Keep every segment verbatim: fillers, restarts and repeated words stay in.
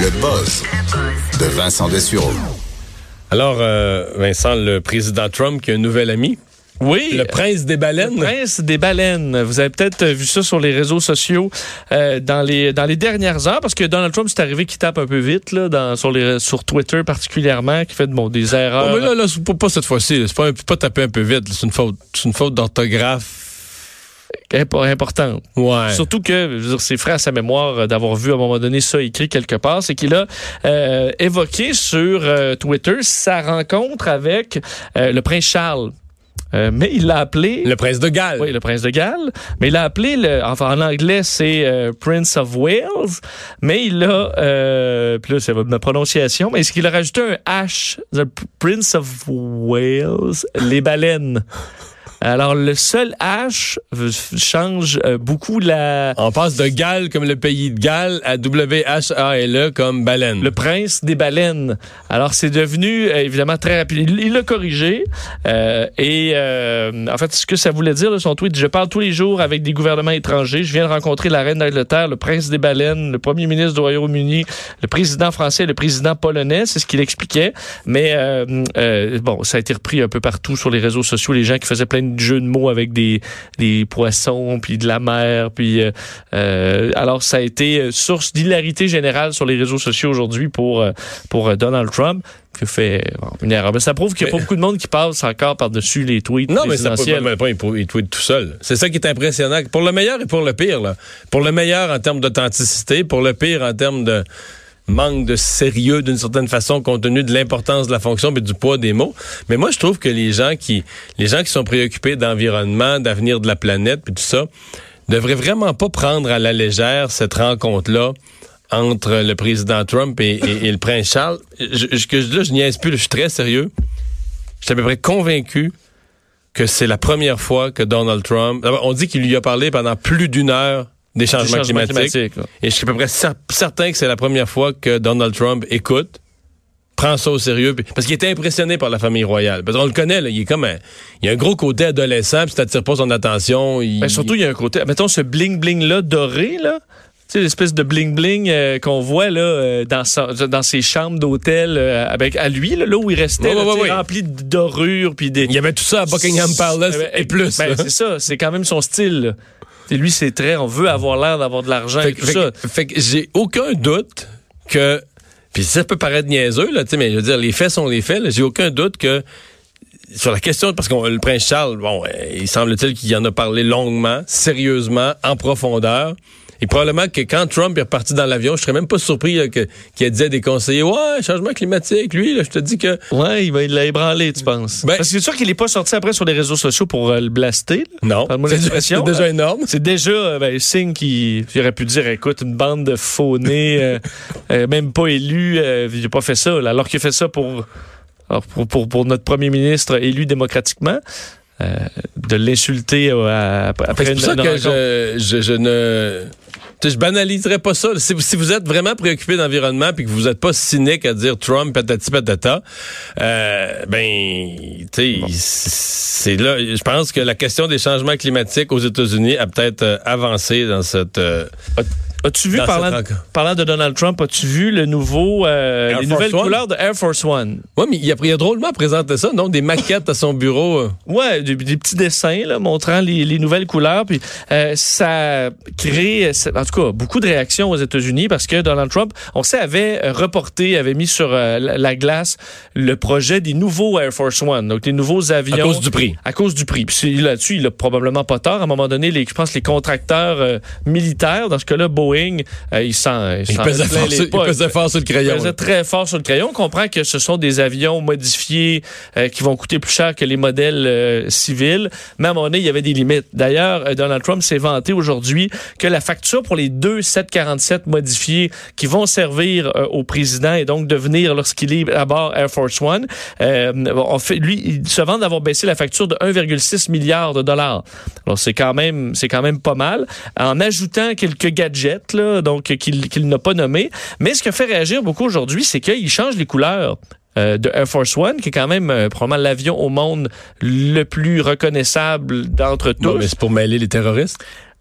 Le buzz de Vincent Dessureau. Alors, euh, Vincent, le président Trump qui a un nouvel ami. Oui. Le prince des baleines. Le prince des baleines. Vous avez peut-être vu ça sur les réseaux sociaux euh, dans les dans les dernières heures, parce que Donald Trump, c'est arrivé qu'il tape un peu vite, là, dans, sur, les, sur Twitter particulièrement, qui fait bon, des erreurs. Oh, mais là, là c'est pas, pas cette fois-ci. C'est pas, pas taper un peu vite. C'est une faute, c'est une faute d'orthographe. Importante. Ouais. Surtout que, je veux dire, c'est frais à sa mémoire d'avoir vu à un moment donné ça écrit quelque part, c'est qu'il a euh, évoqué sur euh, Twitter sa rencontre avec euh, le prince Charles. Euh, mais il l'a appelé... Le prince de Galles. Oui, le prince de Galles. Mais il l'a appelé, le, enfin en anglais, c'est euh, Prince of Wales. Mais il a... Euh, puis là, c'est ma prononciation. Mais est-ce qu'il a rajouté un H? The Prince of Wales. Les baleines. Alors, le seul H change euh, beaucoup la... On passe de Galles comme le pays de Galles à W H A L E comme baleine. Le prince des baleines. Alors, c'est devenu, euh, évidemment, très rapide. Il l'a corrigé. Euh, et, euh, en fait, ce que ça voulait dire, là, son tweet, « Je parle tous les jours avec des gouvernements étrangers. Je viens de rencontrer la reine d'Angleterre, le prince des baleines, le premier ministre du Royaume-Uni, le président français et le président polonais. » C'est ce qu'il expliquait. Mais, euh, euh, bon, ça a été repris un peu partout sur les réseaux sociaux. Les gens qui faisaient plein de jeux de mots avec des, des poissons, puis de la mer, puis euh, euh, alors ça a été source d'hilarité générale sur les réseaux sociaux aujourd'hui pour pour Donald Trump, qui fait bon, une erreur. Mais ça prouve qu'il n'y a mais, pas beaucoup de monde qui passe encore par-dessus les tweets. Non, mais ça peut même pas, il tweet tout seul. C'est ça qui est impressionnant. Pour le meilleur et pour le pire, là. Pour le meilleur en termes d'authenticité, pour le pire en termes de manque de sérieux d'une certaine façon compte tenu de l'importance de la fonction et du poids des mots. Mais moi, je trouve que les gens qui les gens qui sont préoccupés d'environnement, d'avenir de la planète puis tout ça, devraient vraiment pas prendre à la légère cette rencontre-là entre le président Trump et, et, et le prince Charles. Je, je, là, je niaise plus, là, je suis très sérieux. Je suis à peu près convaincu que c'est la première fois que Donald Trump... On dit qu'il lui a parlé pendant plus d'une heure des changements, des changements climatiques. climatiques et je suis à peu près cer- certain que c'est la première fois que Donald Trump écoute, prend ça au sérieux, pis, parce qu'il était impressionné par la famille royale. Parce qu'on le connaît, là, il est comme un, il y a un gros côté adolescent, puis ça t'attire pas son attention. Il, ben surtout, il y a un côté, mettons ce bling-bling-là doré, là. Tu sais, l'espèce de bling-bling euh, qu'on voit là euh, dans, sa, dans ses chambres d'hôtel euh, avec à lui, là, là où il restait, ouais, là, ouais, ouais. rempli de dorures. Puis des... Il y avait tout ça à Buckingham Palace et plus. Ben, c'est ça, c'est quand même son style, là. Et lui, c'est très... On veut avoir l'air d'avoir de l'argent fait, et tout fait, ça. Fait que j'ai aucun doute que... Puis ça peut paraître niaiseux, là, tu sais, mais je veux dire, les faits sont les faits. Là, j'ai aucun doute que sur la question... Parce que le prince Charles, bon, il semble-t-il qu'il en a parlé longuement, sérieusement, en profondeur. Et probablement que quand Trump est reparti dans l'avion, je serais même pas surpris là, que, qu'il disait à des conseillers « Ouais, changement climatique, lui, là, je te dis que... » Ouais, il va il l'a ébranlé, tu penses? Ben, parce que c'est sûr qu'il est pas sorti après sur les réseaux sociaux pour euh, le blaster. Là. Non, c'est, c'est déjà là. énorme. C'est déjà ben, signe qu'il aurait pu dire « Écoute, une bande de faux-nés, euh, euh, même pas élus, euh, j'ai pas fait ça. » là, alors qu'il a fait ça pour, alors pour, pour, pour notre premier ministre élu démocratiquement. Euh, de l'insulter euh, après c'est une, pour ça une que je, je, je ne... Je banaliserais pas ça. Si, si vous êtes vraiment préoccupé d'environnement puis que vous êtes pas cynique à dire Trump, patati patata, euh, ben, tu sais, bon. c'est là. Je pense que la question des changements climatiques aux États-Unis a peut-être euh, avancé dans cette. Euh, As-tu vu, parlant, parlant de Donald Trump, as-tu vu le nouveau, euh, les nouvelles One? couleurs de Air Force One? Oui, mais il a, il a drôlement présenté ça, non? Des maquettes à son bureau. Euh. Oui, des, des petits dessins là, montrant les, les nouvelles couleurs. Puis euh, ça crée, en tout cas, beaucoup de réactions aux États-Unis parce que Donald Trump, on sait, avait reporté, avait mis sur euh, la, la glace le projet des nouveaux Air Force One, donc les nouveaux avions. À cause du prix. À cause du prix. Puis là-dessus, il a probablement pas tort. À un moment donné, les, je pense que les contracteurs euh, militaires, dans ce cas-là, Boeing, Euh, il s'en, il, il, pesait fort sur, il pesait fort sur le crayon. Il pesait très fort sur le crayon. On comprend que ce sont des avions modifiés euh, qui vont coûter plus cher que les modèles euh, civils. Mais à un moment donné, il y avait des limites. D'ailleurs, euh, Donald Trump s'est vanté aujourd'hui que la facture pour les deux sept quarante-sept modifiés qui vont servir euh, au président et donc devenir, lorsqu'il est à bord Air Force One, euh, on fait, lui, il se vante d'avoir baissé la facture de un virgule six milliard de dollars. Alors, c'est quand même, c'est quand même pas mal. En ajoutant quelques gadgets, là, donc qu'il, qu'il n'a pas nommé. Mais ce qui a fait réagir beaucoup aujourd'hui, c'est qu'il change les couleurs euh, de Air Force One, qui est quand même euh, probablement l'avion au monde le plus reconnaissable d'entre tous. Non, mais c'est pour mêler les terroristes?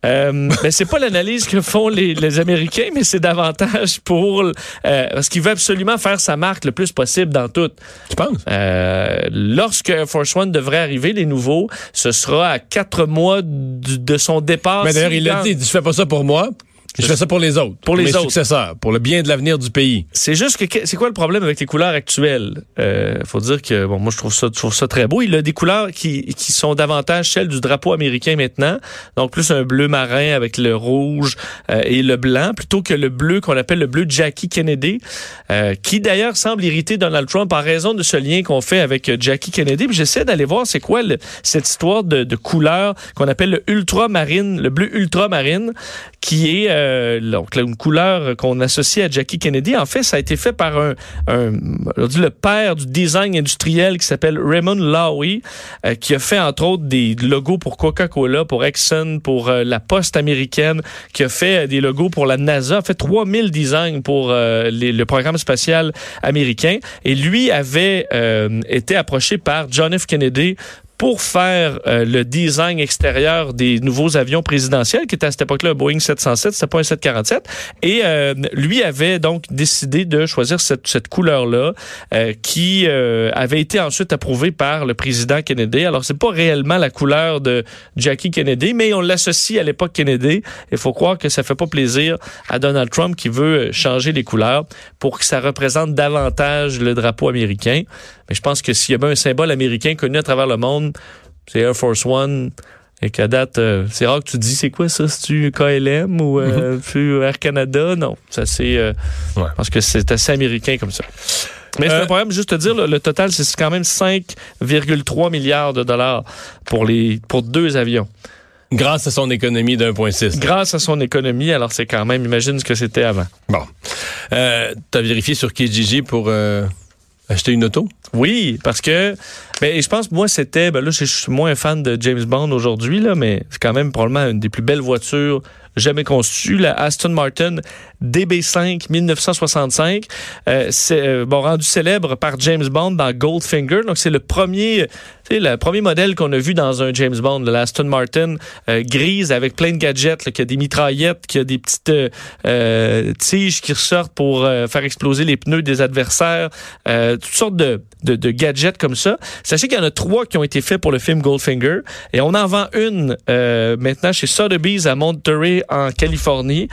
Euh, ben, c'est pas l'analyse que font les, les Américains, mais c'est davantage pour... Euh, parce qu'il veut absolument faire sa marque le plus possible dans tout. Tu penses? Euh, lorsque Air Force One devrait arriver, les nouveaux, ce sera à quatre mois de, de son départ. Mais d'ailleurs, il l'a dit, je fais pas ça pour moi. Je fais ça pour les autres, pour les mes autres. successeurs, pour le bien de l'avenir du pays. C'est juste que c'est quoi le problème avec les couleurs actuelles? Euh, faut dire que bon, moi je trouve ça, je trouve ça très beau. Il a des couleurs qui, qui sont davantage celles du drapeau américain maintenant, donc plus un bleu marin avec le rouge euh, et le blanc, plutôt que le bleu qu'on appelle le bleu Jackie Kennedy, euh, qui d'ailleurs semble irriter Donald Trump en raison de ce lien qu'on fait avec Jackie Kennedy. Puis j'essaie d'aller voir c'est quoi le, cette histoire de, de couleur qu'on appelle le ultramarine, le bleu ultramarine, qui est euh, donc une couleur qu'on associe à Jackie Kennedy. En fait, ça a été fait par un, un on dit le père du design industriel qui s'appelle Raymond Loewy, euh, qui a fait entre autres des logos pour Coca-Cola, pour Exxon, pour euh, la Poste américaine, qui a fait des logos pour la NASA, a fait trois mille designs pour euh, les, le programme spatial américain. Et lui avait euh, été approché par John F. Kennedy pour faire euh, le design extérieur des nouveaux avions présidentiels, qui était à cette époque-là un Boeing sept cent sept, c'était pas un sept cent quarante-sept. Et euh, lui avait donc décidé de choisir cette, cette couleur-là, euh, qui euh, avait été ensuite approuvée par le président Kennedy. Alors, c'est pas réellement la couleur de Jackie Kennedy, mais on l'associe à l'époque Kennedy. Il faut croire que ça fait pas plaisir à Donald Trump qui veut changer les couleurs pour que ça représente davantage le drapeau américain. Mais je pense que s'il y a bien un symbole américain connu à travers le monde, c'est Air Force One. Et qu'à date, euh, c'est rare que tu dis, c'est quoi ça? C'est-tu K L M ou euh, mm-hmm. Air Canada? Non, ça c'est... Euh, ouais. Je pense que c'est assez américain comme ça. Mais euh, c'est un problème, juste te dire, le, le total, c'est quand même cinq virgule trois milliards de dollars pour, les, pour deux avions. Grâce à son économie d'un virgule six. Grâce à son économie, alors c'est quand même, imagine ce que c'était avant. Bon. Euh, t'as vérifié sur Kijiji pour... Euh... Acheter une auto? Oui, parce que ben, je pense que moi, c'était... Ben là, je suis moins fan de James Bond aujourd'hui, là, mais c'est quand même probablement une des plus belles voitures jamais conçue, la Aston Martin D B cinq dix-neuf cent soixante-cinq. Euh, c'est euh, bon, rendu célèbre par James Bond dans Goldfinger. Donc, c'est le premier... C'est le premier modèle qu'on a vu dans un James Bond, la Aston Martin euh, grise avec plein de gadgets, là, qui a des mitraillettes, qui a des petites euh, euh, tiges qui ressortent pour euh, faire exploser les pneus des adversaires, euh, toutes sortes de, de, de gadgets comme ça. Sachez qu'il y en a trois qui ont été faits pour le film Goldfinger et on en vend une euh, maintenant chez Sotheby's à Monterey en Californie.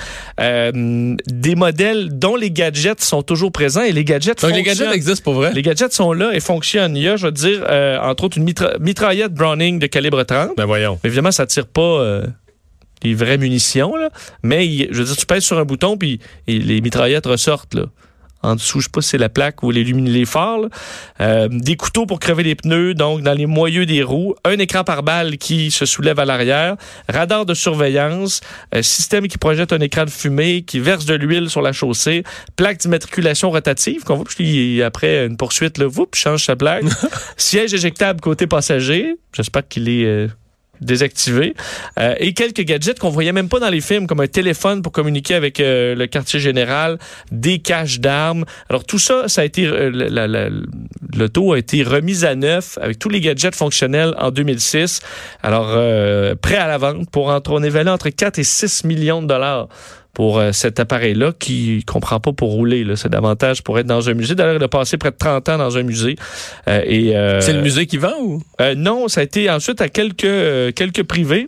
Euh, des modèles dont les gadgets sont toujours présents et les gadgets Donc fonctionnent. les gadgets existent pour vrai? Les gadgets sont là et fonctionnent. Il y a, je veux dire, euh, entre autres, une mitra- mitraillette Browning de calibre trente. Ben voyons. Mais évidemment, ça tire pas euh, les vraies munitions, là. Mais, il, je veux dire, tu pèses sur un bouton puis et les mitraillettes ressortent, là. En dessous, je sais pas si c'est la plaque ou les, les phares. Euh, des couteaux pour crever les pneus, donc dans les moyeux des roues. Un écran par balle qui se soulève à l'arrière. Radar de surveillance. Euh, système qui projette un écran de fumée, qui verse de l'huile sur la chaussée. Plaque d'immatriculation rotative qu'on voit, puis après une poursuite, là, vous change sa plaque. Siège éjectable côté passager. J'espère qu'il est... Euh, désactivé. Euh, et quelques gadgets qu'on voyait même pas dans les films, comme un téléphone pour communiquer avec euh, le quartier général, des caches d'armes. Alors tout ça, ça a été euh, la, la, l'auto a été remise à neuf avec tous les gadgets fonctionnels en deux mille six. Alors euh, prêt à la vente pour entre, on évalue entre quatre et six millions de dollars pour euh, cet appareil-là qui ne comprend pas pour rouler. Là. C'est davantage pour être dans un musée. D'ailleurs, il a passé près de trente ans dans un musée. Euh, et, euh, c'est le musée qui vend ou? Euh, non, ça a été ensuite à quelques, euh, quelques privés.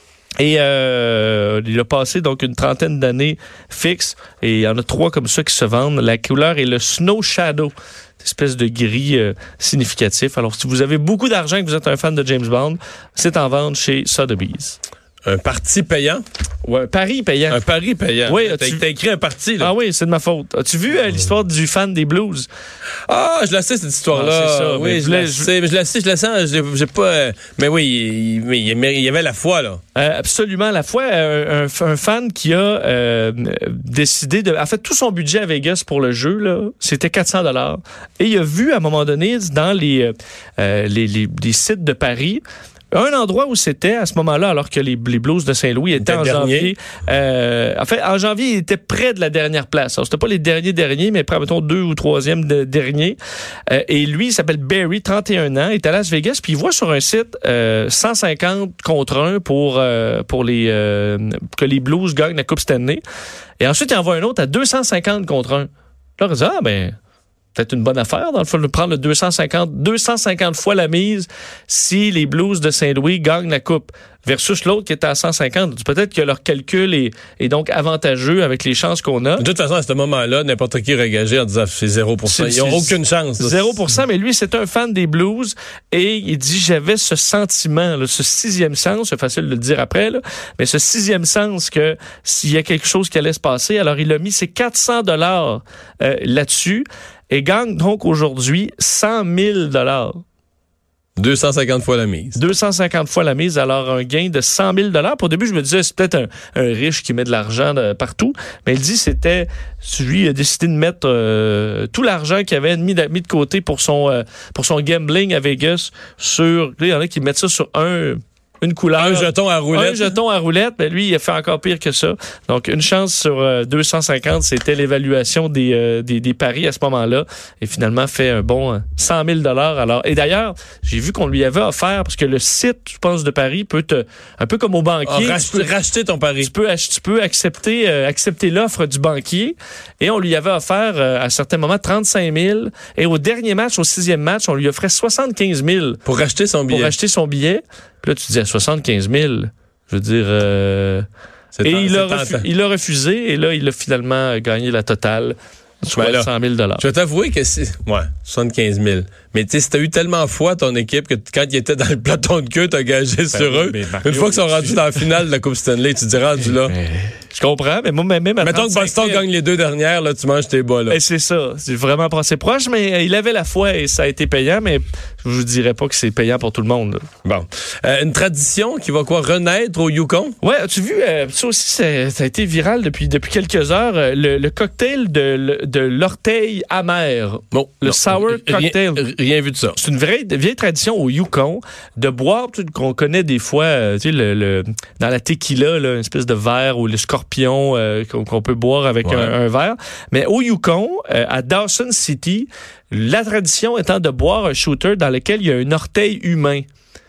Et euh, il a passé donc une trentaine d'années fixe. Et il y en a trois comme ça qui se vendent. La couleur est le Snow Shadow. Espèce de gris euh, significatif. Alors, si vous avez beaucoup d'argent et que vous êtes un fan de James Bond, c'est en vente chez Sotheby's. Un parti payant? Ouais, un pari payant. Un pari payant. Oui, t'as, t'as écrit un parti, là. Ah oui, c'est de ma faute. As-tu vu euh, l'histoire du fan des Blues? Ah, je la sais, cette histoire-là. Ah, c'est ça. Oui, je, la sais, je la sais, je la sens. J'ai, j'ai pas... Euh, mais oui, il, mais il y avait la foi, là. Euh, absolument, la foi. Euh, un, un fan qui a euh, décidé de... En fait, tout son budget à Vegas pour le jeu, là, c'était quatre cents dollars. Et il a vu, à un moment donné, dans les, euh, les, les, les sites de paris, Un endroit où c'était à ce moment-là, alors que les, les Blues de Saint-Louis étaient en dernier. janvier. Euh, en fait, en janvier, ils étaient près de la dernière place. Alors, c'était pas les derniers derniers, mais près, mettons, deux ou troisième de, dernier. Euh, et lui, il s'appelle Barry, trente et un ans. Il est à Las Vegas, puis il voit sur un site euh, cent cinquante contre un pour, euh, pour les, euh, que les Blues gagnent la Coupe Stanley. Et ensuite, il envoie un autre à deux cent cinquante contre un. Là, il dit, ah, ben... peut-être une bonne affaire, dans le fond, de prendre le deux cent cinquante, deux cent cinquante fois la mise si les Blues de Saint-Louis gagnent la Coupe, versus l'autre qui était à cent cinquante. Peut-être que leur calcul est, est donc avantageux avec les chances qu'on a. De toute façon, à ce moment-là, n'importe qui aurait gagé en disant c'est zéro pour cent. C'est, Ils n'ont aucune chance. zéro pour cent, mais lui, c'est un fan des Blues et il dit, j'avais ce sentiment, là, ce sixième sens, c'est facile de le dire après, là, mais ce sixième sens que s'il y a quelque chose qui allait se passer, alors il a mis ses quatre cents dollars euh, là-dessus et gagne donc aujourd'hui cent mille dollars. deux cent cinquante fois la mise. deux cent cinquante fois la mise, alors un gain de cent mille dollars. Au début, je me disais, c'est peut-être un, un riche qui met de l'argent de, partout. Mais il dit, c'était, lui, il a décidé de mettre euh, tout l'argent qu'il avait mis de, mis de côté pour son, euh, pour son gambling à Vegas sur, il y en a qui mettent ça sur un, une couleur. Un jeton à roulette. Un jeton à roulette, mais lui, il a fait encore pire que ça. Donc, une chance sur euh, deux cent cinquante, c'était l'évaluation des, euh, des, des paris à ce moment-là. Et finalement, fait un bon euh, cent mille dollars. Alors, et d'ailleurs, j'ai vu qu'on lui avait offert, parce que le site, je pense, de Paris peut te, un peu comme au banquier. Ah, racheter, tu peux, racheter ton pari. Tu peux, tu peux accepter, euh, accepter l'offre du banquier. Et on lui avait offert, euh, à certains moments, trente-cinq mille. Et au dernier match, au sixième match, on lui offrait soixante-quinze mille. Pour racheter son billet. Pour acheter son billet. Puis là, tu disais soixante-quinze mille. Je veux dire... Euh... Et ten- il a, refu- il a refusé, et là, il a finalement gagné la totale, soit Ben là, cent mille dollars. Je vais t'avouer que c'est... Ouais, soixante-quinze mille. Mais tu sais, si t'as eu tellement foi ton équipe que t- quand ils étaient dans le peloton de queue, t'as gagé Ben sur oui, eux. mais Mario, Une fois qu'ils sont rendus dans la finale de la Coupe Stanley, tu te dis rendu là. Mais, je comprends, mais moi, même à Mettons que trente-cinq Boston mille, gagne les deux dernières, là, tu manges tes bas, là. ben, c'est ça. C'est vraiment passé proche, mais euh, il avait la foi et ça a été payant, mais je vous dirais pas que c'est payant pour tout le monde, là. Bon. Euh, une tradition qui va quoi renaître au Yukon? Ouais, as-tu vu, euh, ça aussi, ça, ça a été viral depuis, depuis quelques heures, euh, le, le cocktail de, de l'orteil amer. Bon. Le non. sour cocktail. Rien, rien vu de ça. C'est une vraie vieille tradition au Yukon de boire, tu sais, qu'on connaît des fois, euh, tu sais, le, le, dans la tequila, là, une espèce de verre ou le scorpion euh, qu'on, qu'on peut boire avec Ouais. un, un verre. Mais au Yukon, euh, à Dawson City, la tradition étant de boire un shooter dans lequel il y a un orteil humain.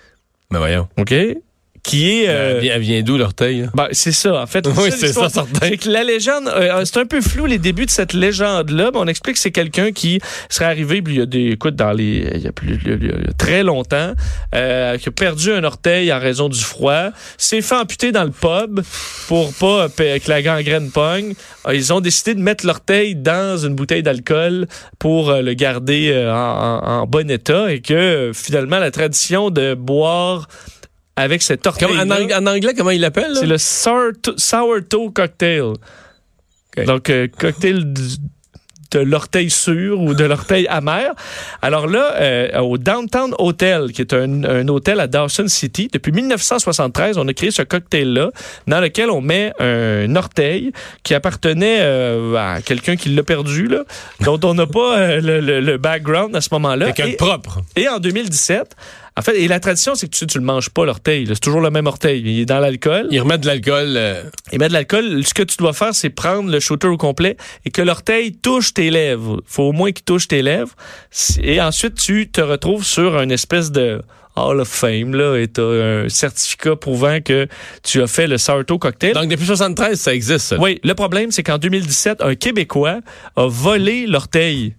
Ben voyons. OK? Qui est... euh, Elle vient, elle vient d'où l'orteil? Hein? Ben, c'est ça, en fait. Oui, ça, c'est l'histoire. ça, certain. C'est que la légende, euh, c'est un peu flou les débuts de cette légende-là, mais on explique que c'est quelqu'un qui serait arrivé, puis il y a des, écoute, dans les, il y a plus, il y a très longtemps, euh, qui a perdu un orteil en raison du froid, s'est fait amputer dans le pub pour pas euh, que la gangrène pogne. Euh, ils ont décidé de mettre l'orteil dans une bouteille d'alcool pour euh, le garder euh, en, en, en bon état et que euh, finalement la tradition de boire avec cet orteil. Comme, en, ang- en anglais, comment il l'appelle? Là? C'est le sourto- sourdough cocktail. Okay. Donc, euh, cocktail du- de l'orteil sûr ou de l'orteil amer. Alors là, euh, au Downtown Hotel, qui est un, un hôtel à Dawson City, depuis dix-neuf cent soixante-treize, on a créé ce cocktail-là, dans lequel on met un orteil qui appartenait euh, à quelqu'un qui l'a perdu, là, dont on n'a pas euh, le, le, le background à ce moment-là. Quelqu'un de Et- propre. et en deux mille dix-sept, en fait, et la tradition, c'est que tu, tu le manges pas, l'orteil. là. C'est toujours le même orteil. Il est dans l'alcool. Ils remettent de l'alcool. Euh... Il met de l'alcool. Ce que tu dois faire, c'est prendre le shooter au complet et que l'orteil touche tes lèvres. Faut au moins qu'il touche tes lèvres. Et ensuite, tu te retrouves sur une espèce de Hall of Fame, là, et t'as un certificat prouvant que tu as fait le sourdough cocktail. Donc, depuis soixante-treize, ça existe, ça. Oui, le problème, c'est qu'en deux mille dix-sept, un Québécois a volé l'orteil.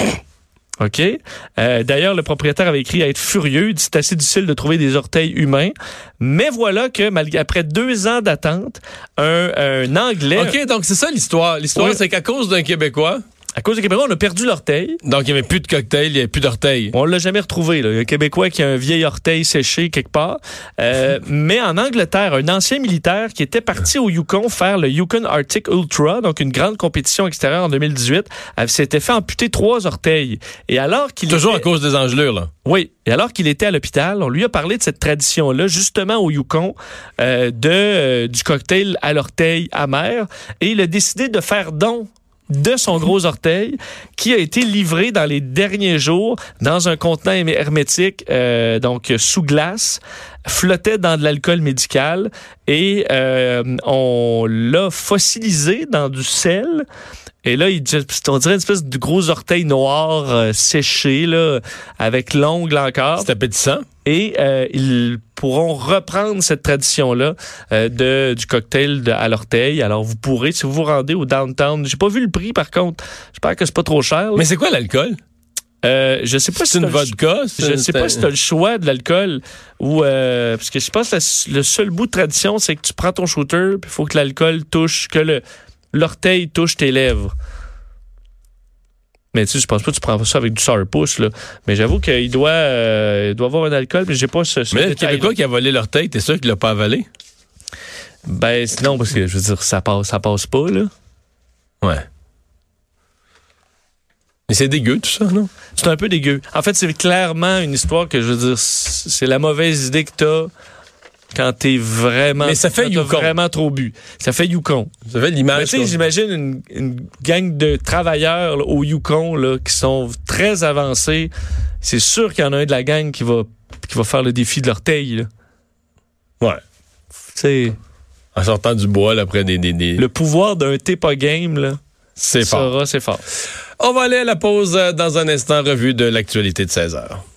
OK? Euh, d'ailleurs, le propriétaire avait écrit à être furieux. Il dit c'est assez difficile de trouver des orteils humains. Mais voilà que, malgré, après deux ans d'attente, un, un Anglais... OK, donc c'est ça l'histoire. L'histoire, Oui. c'est qu'à cause d'un Québécois, À cause des Québécois, on a perdu l'orteil. donc il n'y avait plus de cocktail, il n'y avait plus d'orteil. On l'a jamais retrouvé. Là. Il y a un Québécois qui a un vieil orteil séché quelque part. Euh, mais en Angleterre, un ancien militaire qui était parti au Yukon faire le Yukon Arctic Ultra, donc une grande compétition extérieure en deux mille dix-huit, avait- s'était fait amputer trois orteils. Et alors qu'il Toujours était... à cause des engelures, là. Oui. Et alors qu'il était à l'hôpital, on lui a parlé de cette tradition-là, justement au Yukon, euh, de, euh, du cocktail à l'orteil amer. Et il a décidé de faire don de son gros orteil qui a été livré dans les derniers jours dans un contenant hermétique, euh, donc sous glace, flottait dans de l'alcool médical et euh, on l'a fossilisé dans du sel. Et là, il, on dirait une espèce de gros orteil noir euh, séché, là, avec l'ongle encore. C'est appétissant. Et euh, ils pourront reprendre cette tradition-là euh, de du cocktail de, à l'orteil. Alors, vous pourrez, si vous vous rendez au downtown, j'ai pas vu le prix, par contre. J'espère que c'est pas trop cher. Là. Mais c'est quoi l'alcool? Euh, je sais pas c'est si une vodka. Je sais c'est... pas si t'as le choix de l'alcool ou euh, parce que je pense que la, le seul bout de tradition, c'est que tu prends ton shooter, puis il faut que l'alcool touche, que le l'orteil touche tes lèvres. Mais tu sais, je pense pas que tu prends ça avec du sourpuss, là. Mais j'avoue qu'il doit, euh, il doit avoir un alcool, mais j'ai pas ce, ce mais le Québécois qui a volé l'orteil, t'es sûr qu'il l'a pas avalé? Ben, non, parce que, je veux dire, ça passe, ça passe pas, là. Ouais. Mais c'est dégueu, tout ça, non? C'est un peu dégueu. En fait, c'est clairement une histoire que, je veux dire, c'est la mauvaise idée que t'as quand t'es vraiment... Mais ça fait Yukon. Vraiment trop bu. Ça fait Yukon. Ça fait l'image. Mais tu sais, j'imagine une, une gang de travailleurs là, au Yukon là, qui sont très avancés. C'est sûr qu'il y en a un de la gang qui va, qui va faire le défi de l'orteil. Là. Ouais. Tu sais... En sortant du bois, là, après des... des, des... Le pouvoir d'un thé pas game, là, c'est fort. Sera, c'est fort. On va aller à la pause dans un instant, revue de l'actualité de seize heures.